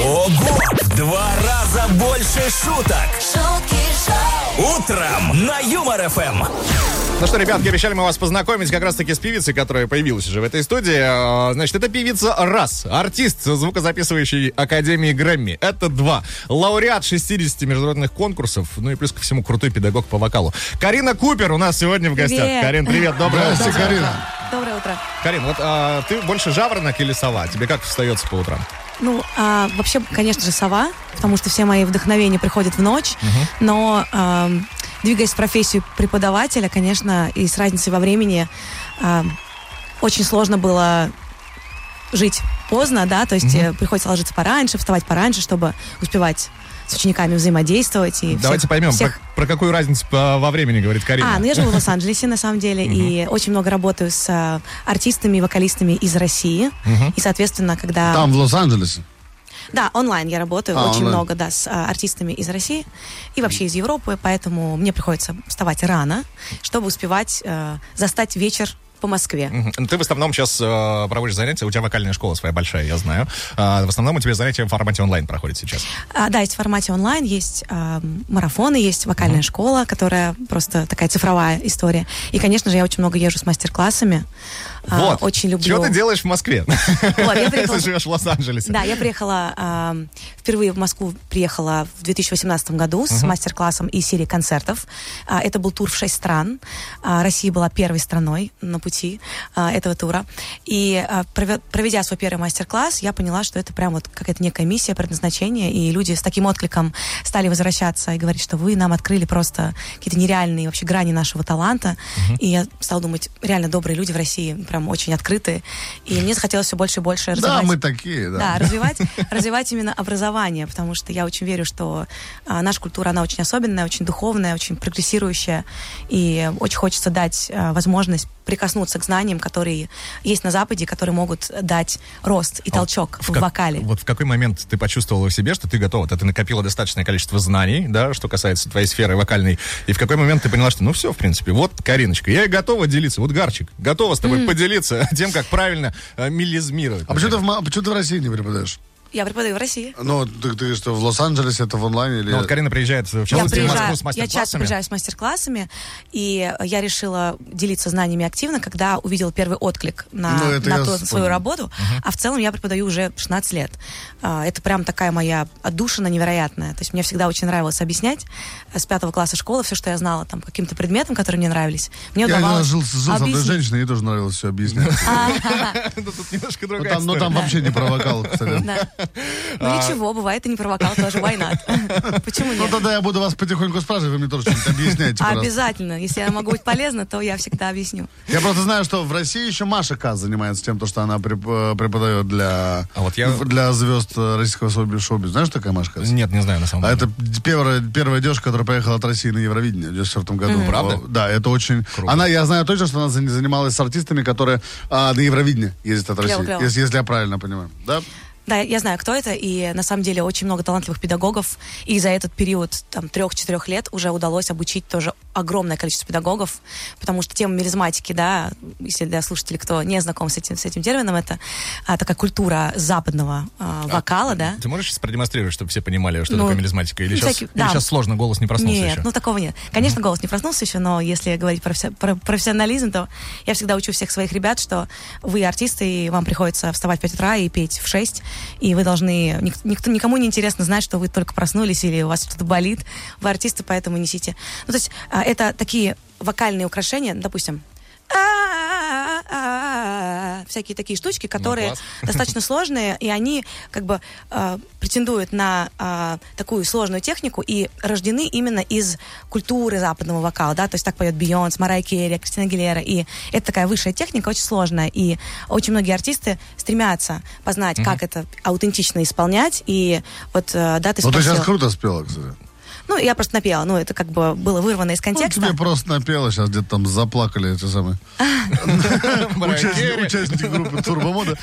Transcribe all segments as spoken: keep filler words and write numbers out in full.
Ого! В два раза больше шуток. Шутки шоу. Утром на Юмор эф эм. Ну что, ребятки, обещали мы вас познакомить как раз-таки с певицей, которая появилась уже в этой студии. Значит, это певица раз, артист звукозаписывающей Академии Грэмми. Это два, лауреат шестидесяти международных конкурсов, ну и плюс ко всему крутой педагог по вокалу. Карина Купер у нас сегодня в гостях. Привет. Карин, привет, доброе утро. Карина. Доброе утро. Карин, вот а, ты больше жаворонок или сова? Тебе как встается по утрам? Ну, а, вообще, конечно же, сова, потому что все мои вдохновения приходят в ночь, uh-huh. но а, двигаясь в профессию преподавателя, конечно, и с разницей во времени а, очень сложно было жить поздно, да, то есть uh-huh. приходится ложиться пораньше, вставать пораньше, чтобы успевать с учениками взаимодействовать. И Давайте всех, поймем, всех... Про, про какую разницу по, во времени говорит Карина. А, ну я живу в Лос-Анджелесе, на самом деле, и очень много работаю с а, артистами и вокалистами из России. И, соответственно, когда... Там, в Лос-Анджелесе? Да, онлайн я работаю а, очень онлайн. много, да, с а, артистами из России и вообще из Европы, поэтому мне приходится вставать рано, чтобы успевать а, застать вечер по Москве. Uh-huh. Ты в основном сейчас э, проводишь занятия, у тебя вокальная школа своя большая, я знаю. А, в основном у тебя занятия в формате онлайн проходят сейчас. А, да, есть в формате онлайн, есть а, марафоны, есть вокальная uh-huh. школа, которая просто такая цифровая история. И, конечно же, я очень много езжу с мастер-классами. Вот. А, очень люблю. Что ты делаешь в Москве? Вот, я приехала... Если живешь в Лос-Анджелесе. Да, я приехала, а, впервые в Москву приехала в две тысячи восемнадцатом году с uh-huh. мастер-классом и серией концертов. А, это был тур в шесть стран. А, Россия была первой страной на пути а, этого тура. И а, проведя свой первый мастер-класс, я поняла, что это прям вот какая-то некая миссия, предназначение, и люди с таким откликом стали возвращаться и говорить, что вы нам открыли просто какие-то нереальные вообще грани нашего таланта. Uh-huh. И я стала думать, реально добрые люди в России, прям очень открытые. И мне захотелось все больше и больше развивать. Да, мы такие, да. Да, развивать, развивать именно образование, потому что я очень верю, что а, наша культура, она очень особенная, очень духовная, очень прогрессирующая, и очень хочется дать а, возможность прикоснуться к знаниям, которые есть на Западе, которые могут дать рост и толчок а в, в как, вокале. Вот в какой момент ты почувствовала в себе, что ты готова? Ты накопила достаточное количество знаний, да, что касается твоей сферы вокальной, и в какой момент ты поняла, что ну все, в принципе, вот, Кариночка, я готова делиться, вот Гарчик, готова с тобой mm. поделиться тем, как правильно э, мелизмировать. А почему ты, в, почему ты в России не преподаешь? Я преподаю в России. Ну, ты, ты что, в Лос-Анджелесе, это в онлайне? Или... Ну, вот Карина приезжает в я, частности, в Москву приезжаю, с мастер-классами. я часто приезжаю с мастер-классами, и я решила делиться знаниями активно, когда увидела первый отклик на, ну, на ту, свою работу. Uh-huh. А в целом я преподаю уже шестнадцать лет. Это прям такая моя отдушина невероятная. То есть мне всегда очень нравилось объяснять с пятого класса школы все, что я знала там каким-то предметам, которые мне нравились. Мне я удавалось жил, жил с одной женщиной, ей тоже нравилось все объяснять. Тут немножко другая Ну, там вообще не про вокал, кстати. Ну, ничего, бывает и не про вокал тоже, why not? Почему нет? Ну, тогда я буду вас потихоньку спрашивать, вы мне тоже что-нибудь объясняете. Обязательно. Если я могу быть полезна, то я всегда объясню. Я просто знаю, что в России еще Маша Каз занимается тем, что она преподает для, а вот я... для звезд российского шоу-бизнеса. Знаешь, такая Маша Каз? Нет, не знаю, на самом деле. А это первая, первая девушка, которая поехала от России на Евровидение в две тысячи четвёртом году. Mm-hmm. Правда? Да, это очень... Круто. Она, я знаю точно, что она занималась с артистами, которые а, на Евровидение ездят от России. Клево, клево. Если, если я правильно понимаю. Да? Да, я знаю, кто это, и на самом деле очень много талантливых педагогов, и за этот период там трех-четырех лет уже удалось обучить тоже огромное количество педагогов, потому что тема мелизматики, да, если для слушателей, кто не знаком с этим, с этим термином, это а, такая культура западного а, вокала, а, да. Ты можешь сейчас продемонстрировать, чтобы все понимали, что ну, такое мелизматика? Или, всякий, сейчас, да. или сейчас сложно, голос не проснулся нет, еще? Нет, ну такого нет. Конечно, mm-hmm. голос не проснулся еще, но если говорить про, про профессионализм, то я всегда учу всех своих ребят, что вы артисты, и вам приходится вставать в пять утра и петь в шесть, и вы должны Никто, никому не интересно знать, что вы только проснулись или у вас что-то болит. Вы артисты, поэтому несите. Ну, то есть это такие вокальные украшения, допустим, всякие такие штучки, которые ну, достаточно сложные, и они как бы э, претендуют на э, такую сложную технику и рождены именно из культуры западного вокала, да, то есть так поет Бейонсе, Марайя Керри, Кристина Агилера, и это такая высшая техника, очень сложная, и очень многие артисты стремятся познать, mm-hmm. как это аутентично исполнять, и вот, э, да, ты спросил... Ну, ты сейчас спросил... круто спела, кстати. Ну, я просто напела. Ну, это как бы было вырвано из контекста. Ну, тебе просто напела, сейчас где-то там заплакали эти самые. Участники группы Турбомода.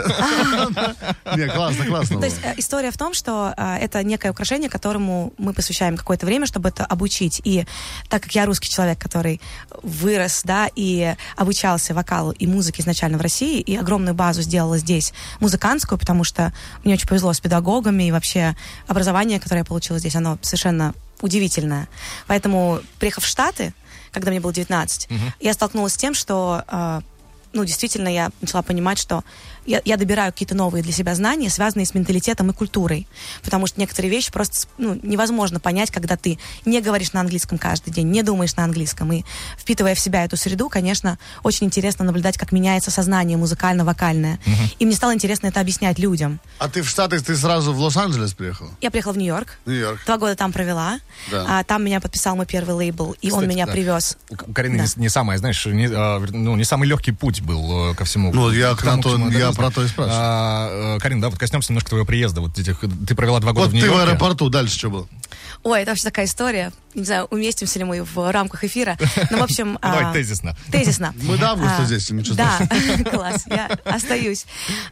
Не, классно, классно. То есть история в том, что это некое украшение, которому мы посвящаем какое-то время, чтобы это обучить. И так как я русский человек, который вырос, да, и обучался вокалу и музыке изначально в России, и огромную базу сделала здесь музыкантскую, потому что мне очень повезло с педагогами, и вообще образование, которое я получила здесь, оно совершенно удивительное. Поэтому, приехав в Штаты, когда мне было девятнадцать, uh-huh. я столкнулась с тем, что, э, ну, действительно, я начала понимать, что я, я добираю какие-то новые для себя знания, связанные с менталитетом и культурой. Потому что некоторые вещи просто, ну, невозможно понять, когда ты не говоришь на английском каждый день, не думаешь на английском. И, впитывая в себя эту среду, конечно, очень интересно наблюдать, как меняется сознание музыкально-вокальное. Uh-huh. И мне стало интересно это объяснять людям. А ты в Штаты, ты сразу в Лос-Анджелес приехала? Я приехала в Нью-Йорк. Нью-Йорк. Два года там провела. Да. А, там меня подписал мой первый лейбл, и Кстати, он меня да. привез. У Карины да. не, не самое, знаешь, не, ну, не самый легкий путь был ко всему. Ну, я, к тому, то, чему, я да, про то и спрашиваю. А, Карин, да, вот коснемся немножко твоего приезда. Вот этих, ты провела два года вот в Нью-Йорке. Вот ты в аэропорту, дальше что было? Ой, это вообще такая история. Не знаю, уместимся ли мы в рамках эфира. Ну, в общем... Давай тезисно. Тезисно. Мы до августа здесь, ничего страшного. Да, класс, я остаюсь.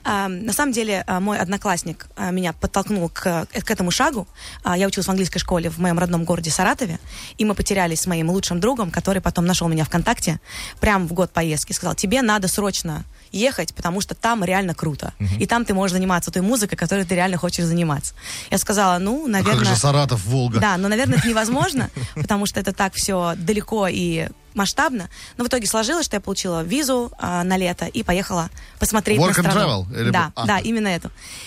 На самом деле, мой одноклассник меня подтолкнул к этому шагу. Я училась в английской школе в моем родном городе Саратове, и мы потерялись с моим лучшим другом, который потом нашел меня ВКонтакте прямо в год поездки. Сказал, тебе надо срочно ехать, потому что там реально круто. Uh-huh. И там ты можешь заниматься той музыкой, которой ты реально хочешь заниматься. Я сказала, ну, наверное... Как же Саратов, Волга. Да, но, наверное, это невозможно, потому что это так все далеко и масштабно. Но в итоге сложилось, что я получила визу а, на лето и поехала посмотреть Work на страну. and travel? Или... Да, а. да, именно эту.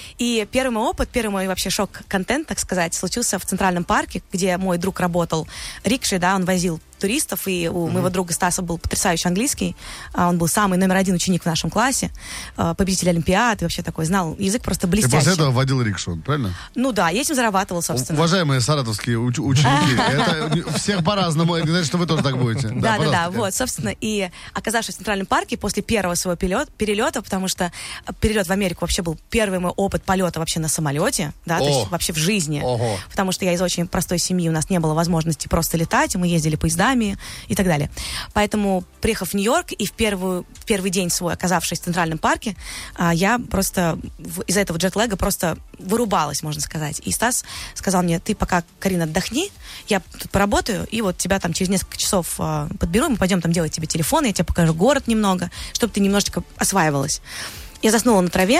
И первый мой опыт, первый мой вообще шок-контент, так сказать, случился в Центральном парке, где мой друг работал рикшей, да, он возил туристов, и у mm-hmm. моего друга Стаса был потрясающий английский. Он был самый номер один ученик в нашем классе, победитель Олимпиад, и вообще такой, знал язык просто блестящий. И после этого водил рикшу, правильно? Ну да, я этим зарабатывал, собственно. Уважаемые саратовские уч- ученики, это всех по-разному, это значит, что вы тоже так будете. Да, да, да, вот, собственно, и оказавшись в Центральном парке после первого своего перелет, перелета, потому что перелет в Америку вообще был первый мой опыт полета вообще на самолете, да, то есть вообще в жизни, Ого. Потому что я из очень простой семьи, у нас не было возможности просто летать, мы ездили поездами и так далее. Поэтому, приехав в Нью-Йорк и в, первую, в первый день свой, оказавшись в Центральном парке, я просто из-за этого джетлега просто вырубалась, можно сказать. И Стас сказал мне, ты пока, Карина, отдохни, я тут поработаю, и вот тебя там через несколько часов подберу, мы пойдем там делать тебе телефон, я тебе покажу город немного, чтобы ты немножечко осваивалась. Я заснула на траве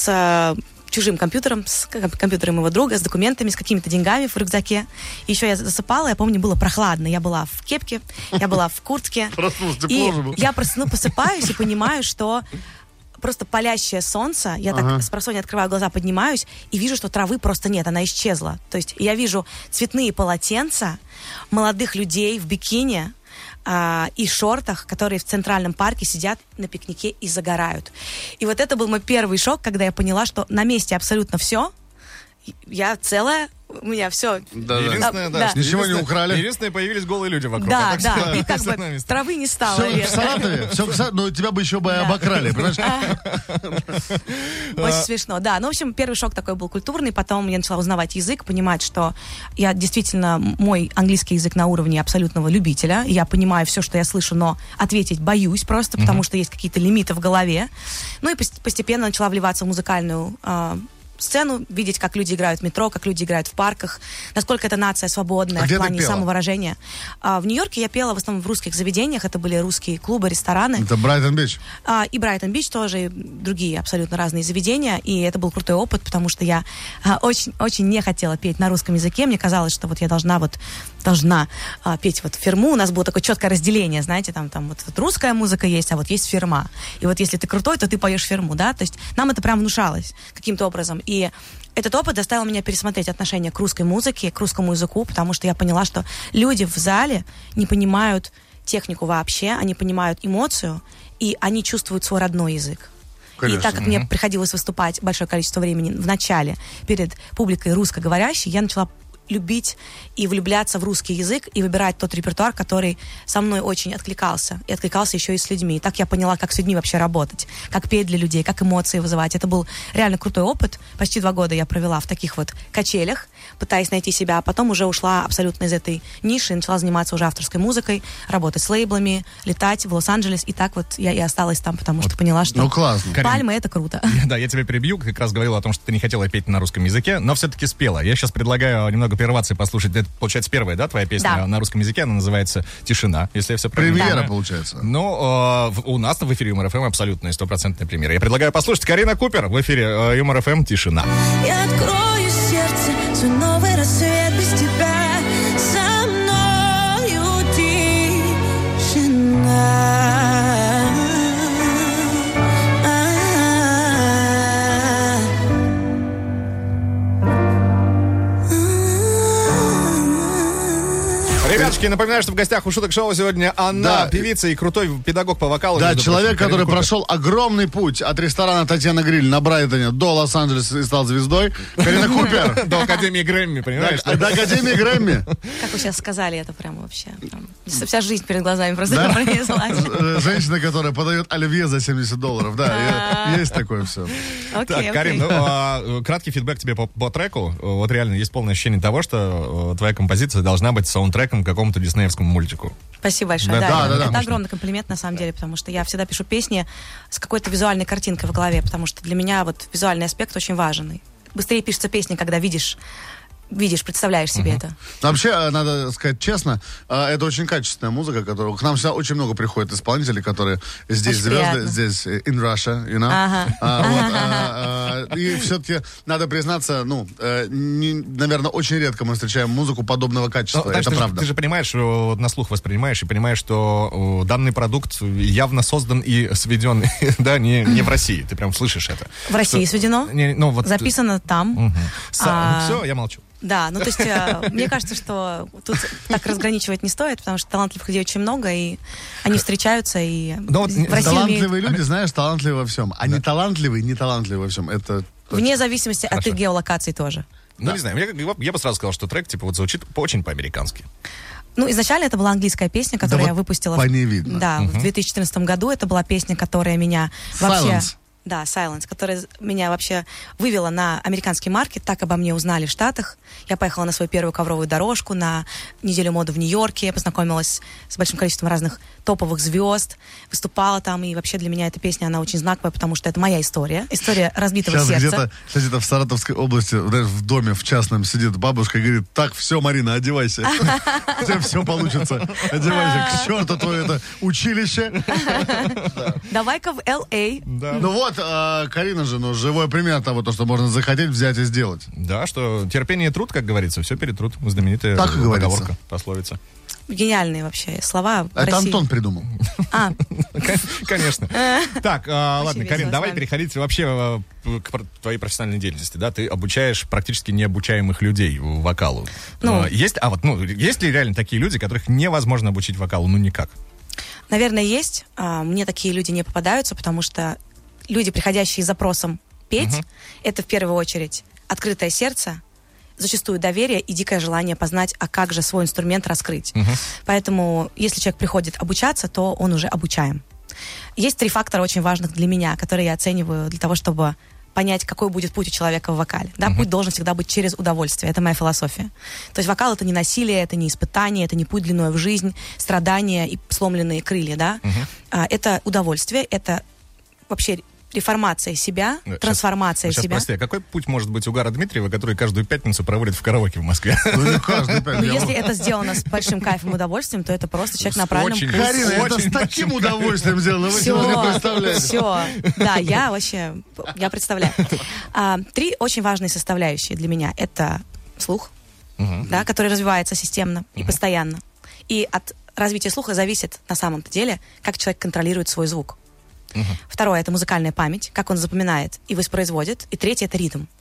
с чужим компьютером, с компьютером его друга, с документами, с какими-то деньгами в рюкзаке. И еще я засыпала, я помню, было прохладно. Я была в кепке, я была в куртке. И я просто, ну, просыпаюсь и понимаю, что просто палящее солнце, я так ага. с просонья открываю глаза, поднимаюсь и вижу, что травы просто нет, она исчезла. То есть я вижу цветные полотенца, молодых людей в бикини, А, и шортах, которые в Центральном парке сидят на пикнике и загорают. И вот это был мой первый шок, когда я поняла, что на месте абсолютно все. Я целая, у меня все. Да, единственное, а, да, да. Ничего не украли. Единственное, появились голые люди вокруг. Да, а да, все, и как бы травы не стало. Все в Саратове, все в Саратове, но тебя бы еще бы обокрали, понимаешь? Очень смешно, да. Ну, в общем, первый шок такой был культурный, потом я начала узнавать язык, понимать, что я действительно, мой английский язык на уровне абсолютного любителя, я понимаю все, что я слышу, но ответить боюсь просто, потому что есть какие-то лимиты в голове. Ну и постепенно начала вливаться в музыкальную сцену, видеть, как люди играют в метро, как люди играют в парках, насколько эта нация свободная а в плане самовыражения. А, в Нью-Йорке я пела в основном в русских заведениях, это были русские клубы, рестораны. Это Брайтон-Бич? А, и Брайтон-Бич тоже, и другие абсолютно разные заведения, и это был крутой опыт, потому что я а, очень, очень не хотела петь на русском языке, мне казалось, что вот я должна вот, должна а, петь вот фирму, у нас было такое четкое разделение, знаете, там, там вот, вот русская музыка есть, а вот есть фирма, и вот если ты крутой, то ты поешь фирму, да, то есть нам это прям внушалось каким-то образом. И этот опыт заставил меня пересмотреть отношение к русской музыке, к русскому языку, потому что я поняла, что люди в зале не понимают технику вообще, они понимают эмоцию, и они чувствуют свой родной язык. Конечно. И так как mm-hmm. мне приходилось выступать большое количество времени в начале перед публикой русскоговорящей, я начала любить и влюбляться в русский язык и выбирать тот репертуар, который со мной очень откликался. И откликался еще и с людьми. И так я поняла, как с людьми вообще работать, как петь для людей, как эмоции вызывать. Это был реально крутой опыт. Почти два года я провела в таких вот качелях, пытаясь найти себя, а потом уже ушла абсолютно из этой ниши и начала заниматься уже авторской музыкой, работать с лейблами, летать в Лос-Анджелес. И так вот я и осталась там, потому что поняла, что ну, классно. пальмы — это круто. Да, я тебя перебью, как раз говорила о том, что ты не хотела петь на русском языке, но все-таки спела. Я сейчас предлагаю немного прерваться и послушать. Это, получается, первая, да, твоя песня да. на русском языке, она называется «Тишина», если я все правильно Премьера, понимаю. получается. Ну, э, у нас в эфире Юмор ФМ абсолютная стопроцентная премьера. Я предлагаю послушать Карина Купер в эфире э, Юмор ФМ «Тишина». Я открою сердце, свой новый рассвет без тебя. Со мною тишина. Ребятушки, напоминаю, что в гостях у Шуток Шоу сегодня она, Да. певица и крутой педагог по вокалу. Да, между человек, прочим, Карина который Купер. прошел огромный путь от ресторана «Татьяна Гриль» на Брайтоне до Лос-Анджелеса и стал звездой. Карина Купер. До Академии Грэмми, понимаешь? До Академии Грэмми. Как вы сейчас сказали, это прям вообще... прям вся жизнь перед глазами просто Да? пронеслась. Э, Женщина, которая подает оливье за семьдесят долларов. Да, е- есть такое все. Так, Окей, Карин, окей. ну, а, краткий фидбэк тебе по, по треку. Вот реально есть полное ощущение того, что э, твоя композиция должна быть саундтреком к какому-то диснеевскому мультику. Спасибо большое. Да, Да, да, это, да, да, это конечно. огромный комплимент на самом деле, потому что я всегда пишу песни с какой-то визуальной картинкой в голове, потому что для меня вот визуальный аспект очень важен. И быстрее пишется песня, когда видишь, видишь, представляешь себе это. Вообще, э, надо сказать честно, э, это очень качественная музыка, которую... К нам всегда очень много приходит исполнителей, которые здесь Очень звезды, приятно. здесь э, in Russia, you know? Ага. А, вот, а, а, и все-таки надо признаться, ну, э, не- наверное, очень редко мы встречаем музыку подобного качества. Ну, так это ты, правда. Же, ты же понимаешь, э, вот на слух воспринимаешь и понимаешь, что э, данный продукт явно создан и сведен, да, не, не в России. Ты прям слышишь это. В России сведено, Не, ну, вот, записано там. А, все, я молчу. Да, ну то есть э, мне кажется, что тут так разграничивать не стоит, потому что талантливых людей очень много, и они встречаются, и Но вот в не- России умеют- Талантливые люди, знаешь, талантливы во всем. А не талантливые, не талантливы во всем. Это вне зависимости от Хорошо. их геолокации тоже. Ну, не знаю, я, я- я бы сразу сказал, что трек, типа, вот звучит по- очень по-американски. Ну, изначально это была английская песня, которую Да я вот выпустила. по в- ней видно. Да, в две тысячи четырнадцатом году это была песня, которая меня вообще... Silence. Да, Silence, которая меня вообще вывела на американский маркет, так обо мне узнали в Штатах. Я поехала на свою первую ковровую дорожку, на неделю моды в Нью-Йорке, я познакомилась с большим количеством разных топовых звезд, выступала там, и вообще для меня эта песня, она очень знаковая, потому что это моя история, история разбитого Сейчас сердца. где-то, сейчас где-то в Саратовской области, знаешь, в доме в частном сидит бабушка и говорит: так, все, Марина, одевайся. У тебя все получится. Одевайся. К черту твое это училище. Давай-ка в Эл Эй. Ну вот, а, Карина же, ну, живой пример того, то, что можно захотеть, взять и сделать. Да, что терпение и труд, как говорится, все перетрут. Знаменитая Так и говорится. поговорка, пословица. Гениальные вообще слова в Это России. Антон придумал. А, Конечно. Так, а, ладно, весело Карин, с давай вами. переходить вообще а, к пр- твоей профессиональной деятельности. Да, ты обучаешь практически необучаемых людей в- вокалу. Ну. А, есть, а вот, ну, есть ли реально такие люди, которых невозможно обучить вокалу? Ну, никак. наверное, есть. А, Мне такие люди не попадаются, потому что люди, приходящие с запросом петь, это в первую очередь открытое сердце, зачастую доверие и дикое желание познать, а как же свой инструмент раскрыть. Поэтому, если человек приходит обучаться, то он уже обучаем. Есть три фактора очень важных для меня, которые я оцениваю для того, чтобы понять, какой будет путь у человека в вокале. Да, путь должен всегда быть через удовольствие. Это моя философия. То есть вокал — это не насилие, это не испытание, это не путь длиной в жизнь, страдания и сломленные крылья, да. А, это удовольствие, это вообще реформация себя, Сейчас- трансформация Сейчас, себя. прости, а какой путь может быть у Гара Дмитриева, который каждую пятницу проводит в караоке в Москве? Ну, не каждый, Но я- если это сделано с большим кайфом и удовольствием, то это просто человек на правильном Очень. пути. Карина, это Очень с таким удовольствием сделано, вы себе не Все, представляете. все. Да, я вообще, я представляю. А, три очень важные составляющие для меня. Это слух, да, который развивается системно и постоянно. И от развития слуха зависит на самом-то деле, как человек контролирует свой звук. Второе — это музыкальная память, как он запоминает и воспроизводит. И третье — это ритм.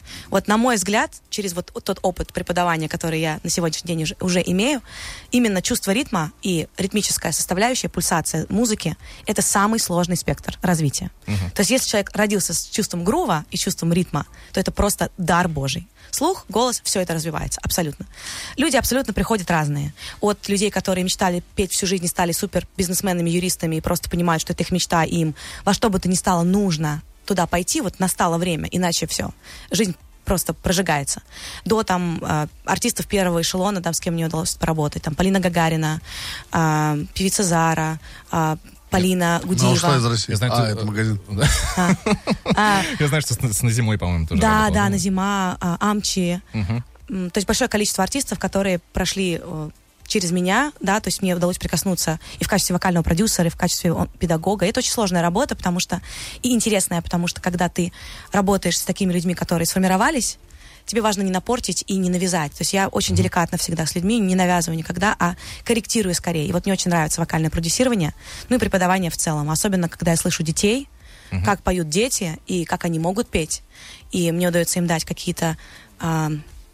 Вот, на мой взгляд, через вот тот опыт преподавания, который я на сегодняшний день уже, уже имею, именно чувство ритма и ритмическая составляющая, пульсация музыки — это самый сложный спектр развития. Uh-huh. То есть если человек родился с чувством грува и чувством ритма, то это просто дар Божий. Слух, голос, все это развивается, абсолютно. Люди абсолютно приходят разные. От людей, которые мечтали петь всю жизнь и стали супер бизнесменами, юристами и просто понимают, что это их мечта, и им во что бы то ни стало нужно туда пойти, вот настало время, иначе все. Жизнь просто прожигается. До там э, артистов первого эшелона, там, с кем мне удалось поработать, там Полина Гагарина, э, певица Зара, э, Полина Гудиева. Ну, что из России? Я знаю, а, кто- это магазин. А, а, Я знаю, что с, с Назимой, по-моему, тоже Да, работала. да, Назима, а, Амчи. Мгм. М, То есть большое количество артистов, которые прошли э, через меня, да, то есть мне удалось прикоснуться и в качестве вокального продюсера, и в качестве он- педагога. И это очень сложная работа, потому что и интересная, потому что когда ты работаешь с такими людьми, которые сформировались, тебе важно не напортить и не навязать. То есть я очень деликатно всегда с людьми, не навязываю никогда, а корректирую скорее. И вот мне очень нравится вокальное продюсирование, ну и преподавание в целом. Особенно, когда я слышу детей, как поют дети и как они могут петь. И мне удается им дать какие-то а,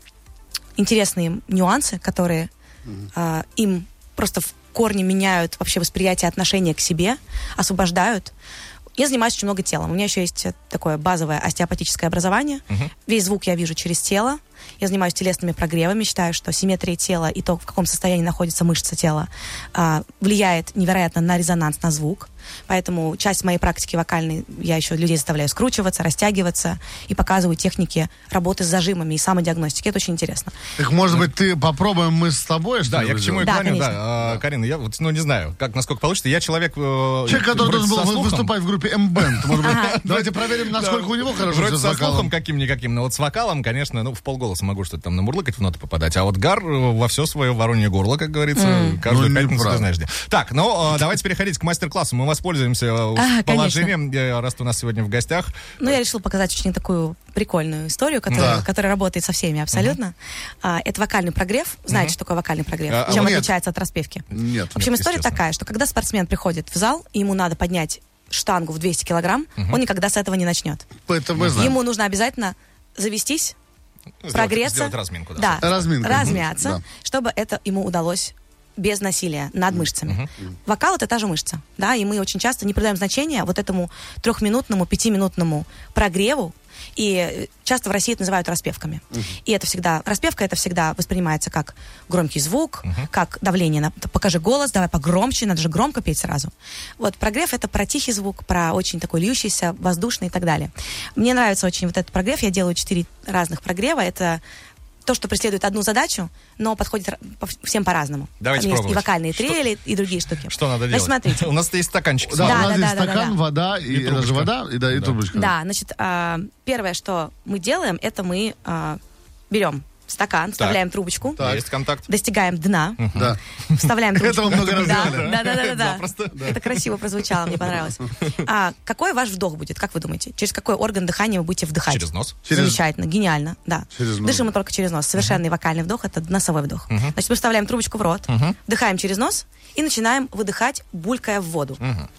интересные нюансы, которые а, им просто в корне меняют вообще восприятие, отношения к себе, освобождают. Я занимаюсь очень много телом. У меня еще есть такое базовое остеопатическое образование. Uh-huh. Весь звук я вижу через тело. Я занимаюсь телесными прогревами. Считаю, что симметрия тела и то, в каком состоянии находится мышца тела, а, влияет невероятно на резонанс, на звук. Поэтому часть моей практики вокальной я еще людей заставляю скручиваться, растягиваться и показываю техники работы с зажимами и самодиагностики. Это очень интересно. Так, может быть, ты попробуем мы с тобой, что Да, ли, я к чему и сделать? Да, клоню, конечно. да. А, Карина, я вот, ну, не знаю, как, насколько получится. Я человек... э, Человек, который вроде должен был со слухом. выступать в группе M-Band. Может быть, Ага. давайте проверим, насколько у него хорошо Вроде все с со слухом вокалом. каким-никаким, но вот с вокалом, конечно, ну, в полголоса могу что-то там намурлыкать, в ноты попадать. А вот Гар э, во все свое воронье горло, как говорится, каждую Ну, пятницу, ты неправда. знаешь где. Так, ну, э, давайте переходить к мастер-классу. Мы воспользуемся э, А, положением, э, раз ты у нас сегодня в гостях. Ну, я решила показать очень такую прикольную историю, которая, Да. которая работает со всеми абсолютно. А, это вокальный прогрев. Знаете, что такое вокальный прогрев? А, Чем ну, нет. отличается от распевки? Нет. В общем, Нет, история естественно. такая, что когда спортсмен приходит в зал, и ему надо поднять штангу в двести килограмм, он никогда с этого не начнет. Это мы знаем. Ему нужно обязательно завестись, Сделать- прогреться. Сделать разминку, да. Да, Разминка. размяться, Мгм, да. чтобы это ему удалось без насилия над мышцами. Вокал — это та же мышца, да, и мы очень часто не придаем значения вот этому трехминутному, пятиминутному прогреву, и часто в России это называют распевками. И это всегда, распевка это всегда воспринимается как громкий звук, как давление на, покажи голос, давай погромче, надо же громко петь сразу. Вот прогрев это про тихий звук, про очень такой льющийся, воздушный и так далее. Мне нравится очень вот этот прогрев, я делаю четыре разных прогрева, это то, что преследует одну задачу, но подходит р- по- всем по-разному. Давайте Там есть пробовать. и вокальные трели, и другие штуки. Что надо Значит, делать? смотрите. У нас есть стаканчики. Да, с у Да, нас да, здесь да, да, стакан, да. вода, и, это же трубочка. вода, и, да, и Да. трубочка. Да, значит, а, первое, что мы делаем, это мы а, берем стакан, вставляем трубочку, Так. Есть контакт. достигаем дна, Да. вставляем трубочку. Этого много раз Да, делали. да, да, да, да. Запросто. Это красиво прозвучало, мне понравилось. А какой ваш вдох будет, как вы думаете? Через какой орган дыхания вы будете вдыхать? Через нос. Через- Замечательно, гениально, да. Через нос. Дышим мы только через нос. Совершенный вокальный вдох — это носовой вдох. Значит, мы вставляем трубочку в рот, вдыхаем через нос и начинаем выдыхать, булькая в воду.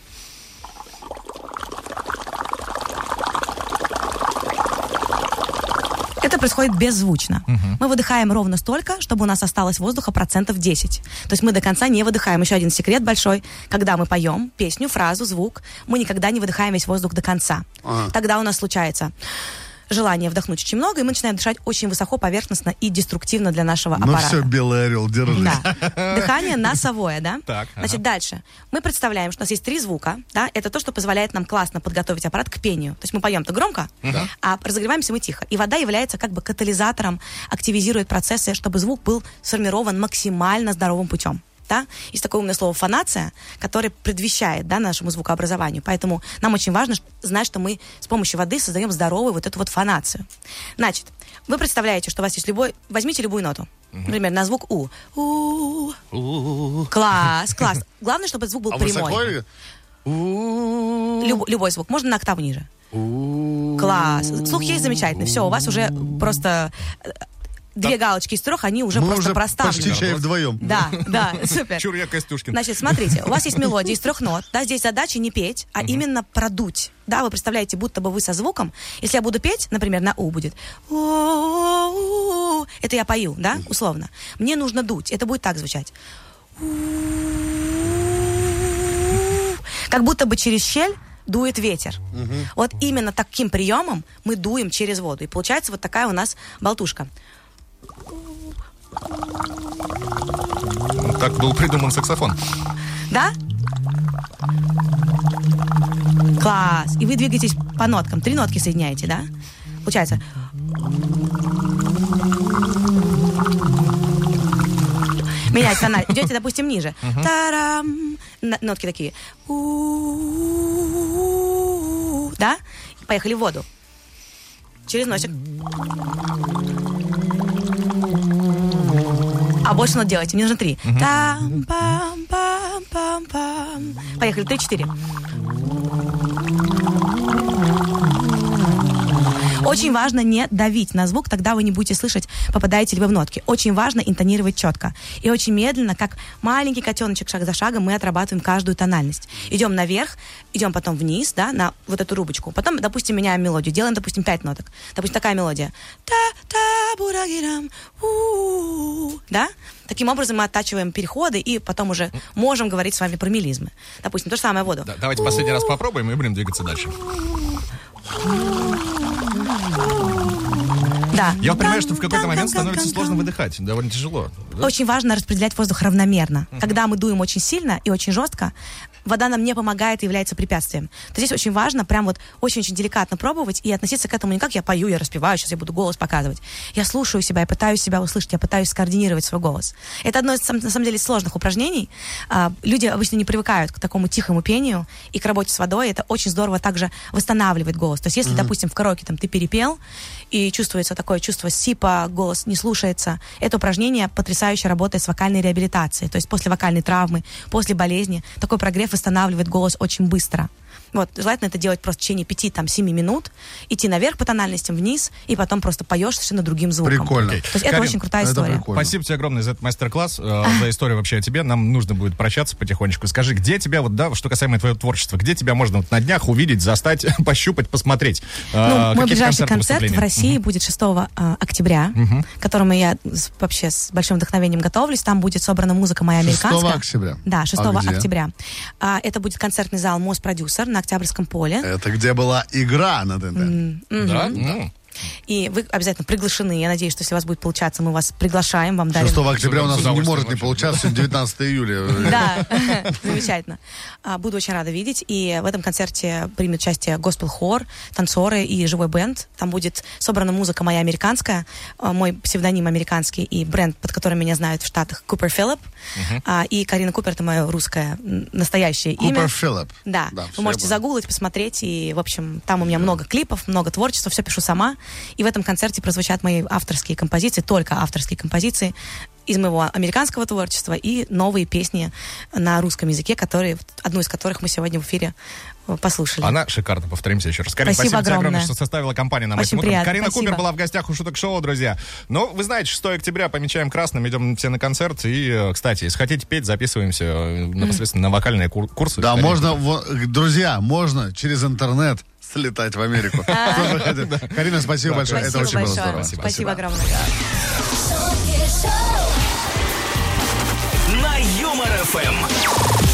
Это происходит беззвучно. Мы выдыхаем ровно столько, чтобы у нас осталось воздуха процентов десять. То есть мы до конца не выдыхаем. Еще один секрет большой. Когда мы поем песню, фразу, звук, мы никогда не выдыхаем весь воздух до конца. А. Тогда у нас случается желание вдохнуть очень много, и мы начинаем дышать очень высоко, поверхностно и деструктивно для нашего Ну аппарата. все, белый орел, держи. Да. Дыхание носовое, да? Так, ага. Значит, дальше. Мы представляем, что у нас есть три звука, да? Это то, что позволяет нам классно подготовить аппарат к пению. То есть мы поем-то громко, а разогреваемся мы тихо. И вода является как бы катализатором, активизирует процессы, чтобы звук был сформирован максимально здоровым путем. Да? Есть такое умное слово фонация, которое предвещает, да, нашему звукообразованию. Поэтому нам очень важно ш- знать, что мы с помощью воды создаем здоровую вот эту вот фонацию. Значит, вы представляете, что у вас есть любой... Возьмите любую ноту. Например, на звук У. У. Класс, класс. Главное, чтобы звук был А прямой. высоко или? У-у-у. Люб- любой звук. Можно на октаву ниже. У-у-у. Класс. Слух есть замечательный. Все, у вас уже просто... э, две галочки из трех, они уже Мы просто уже проставлены. почти чай вдвоем. Да, да, супер. Чур я Костюшкин. Значит, смотрите, у вас есть мелодия из трех нот, да, здесь задача не петь, а именно продуть. Да, вы представляете, будто бы вы со звуком. Если я буду петь, например, на У будет. У-у-у-у, это я пою, да, условно. Мне нужно дуть, это будет так звучать. Как будто бы через щель дует ветер. Угу. Вот именно таким приемом мы дуем через воду. И получается вот такая у нас болтушка. Так был придуман саксофон. Да? Класс. И вы двигаетесь по ноткам. Три нотки соединяете, да? Получается. Меняется тона. Идете, допустим, ниже. Uh-huh. Тарам. Нотки такие. У-у-у-у. Да? Поехали в воду. Через носик. А больше нот делайте. Мне нужно три. Uh-huh. Там-пам-пам-пам-пам. Поехали. Три-четыре. Очень важно не давить на звук, тогда вы не будете слышать, попадаете ли вы в нотки. Очень важно интонировать четко. И очень медленно, как маленький котеночек, шаг за шагом, мы отрабатываем каждую тональность. Идем наверх, идем потом вниз, да, на вот эту рубочку. Потом, допустим, меняем мелодию. Делаем, допустим, пять ноток. Допустим, такая мелодия. Та-та-бурагирам, у-у-у. Да? Таким образом мы оттачиваем переходы и потом уже можем говорить с вами про мелизмы. Допустим, то же самое воду. Да, давайте последний раз попробуем и будем двигаться дальше. Да. Я вот понимаю, что в какой-то момент становится сложно выдыхать. Довольно тяжело. Да? Очень важно распределять воздух равномерно. Uh-huh. Когда мы дуем очень сильно и очень жестко, вода нам не помогает и является препятствием. То здесь очень важно прям вот очень-очень деликатно пробовать и относиться к этому не как я пою, я распеваю, сейчас я буду голос показывать. Я слушаю себя, я пытаюсь себя услышать, я пытаюсь скоординировать свой голос. Это одно из, на самом деле, сложных упражнений. А, люди обычно не привыкают к такому тихому пению и к работе с водой. Это очень здорово также восстанавливает голос. То есть если, uh-huh. допустим, в караоке там, ты перепел и чувствуется такое чувство сипа, голос не слушается, это упражнение потрясающе работает с вокальной реабилитацией. То есть после вокальной травмы, после болезни такой прогрев восстанавливает голос очень быстро. Вот, желательно это делать просто в течение пяти-семи минут, идти наверх по тональностям, вниз, и потом просто поешь совершенно другим звуком. Прикольно. То есть это очень крутая история. Спасибо тебе огромное за этот мастер-класс, э, за историю вообще о тебе. Нам нужно будет прощаться потихонечку. Скажи, где тебя, вот, да, что касаемо твоего творчества, где тебя можно вот на днях увидеть, застать, пощупать, посмотреть? Э, ну, мой ближайший концерт в России uh-huh. будет шестого октября, uh-huh. к которому я с, вообще с большим вдохновением готовлюсь. Там будет собрана музыка моя американская. шестого октября? Да, шестого октября. А, это будет концертный зал Моспродюсер на Октябрьском поле. Это где была игра на ТНТ. Mm-hmm. Да? Mm. И вы обязательно приглашены. Я надеюсь, что если у вас будет получаться, мы вас приглашаем, вам дарим. шестого октября у нас не может не получаться, сегодня девятнадцатого июля. Да, замечательно. Буду очень рада видеть. И в этом концерте примет участие госпел-хор, танцоры и живой бенд. Там будет собрана музыка моя американская, мой псевдоним американский и бренд, под которым меня знают в Штатах, Купер Филлип. И Карина Купер — это мое русское настоящее имя. Купер Филлип. Да. Вы можете загуглить, посмотреть. И, в общем, там у меня много клипов, много творчества, все пишу сама. И в этом концерте прозвучат мои авторские композиции, только авторские композиции из моего американского творчества и новые песни на русском языке, которые, одну из которых мы сегодня в эфире послушали. Она шикарно, повторимся еще раз. Карин, спасибо, спасибо тебе огромное, что составила компанию нам этим утром. Карина спасибо. Купер была в гостях у Шуток Шоу, друзья. Ну, вы знаете, шестого октября помечаем красным, идем все на концерт. И, кстати, если хотите петь, записываемся непосредственно на вокальные курсы. Да, можно, друзья, можно через интернет слетать в Америку. Карина, спасибо большое. Это очень было здорово. Спасибо огромное. На Юмор ФМ.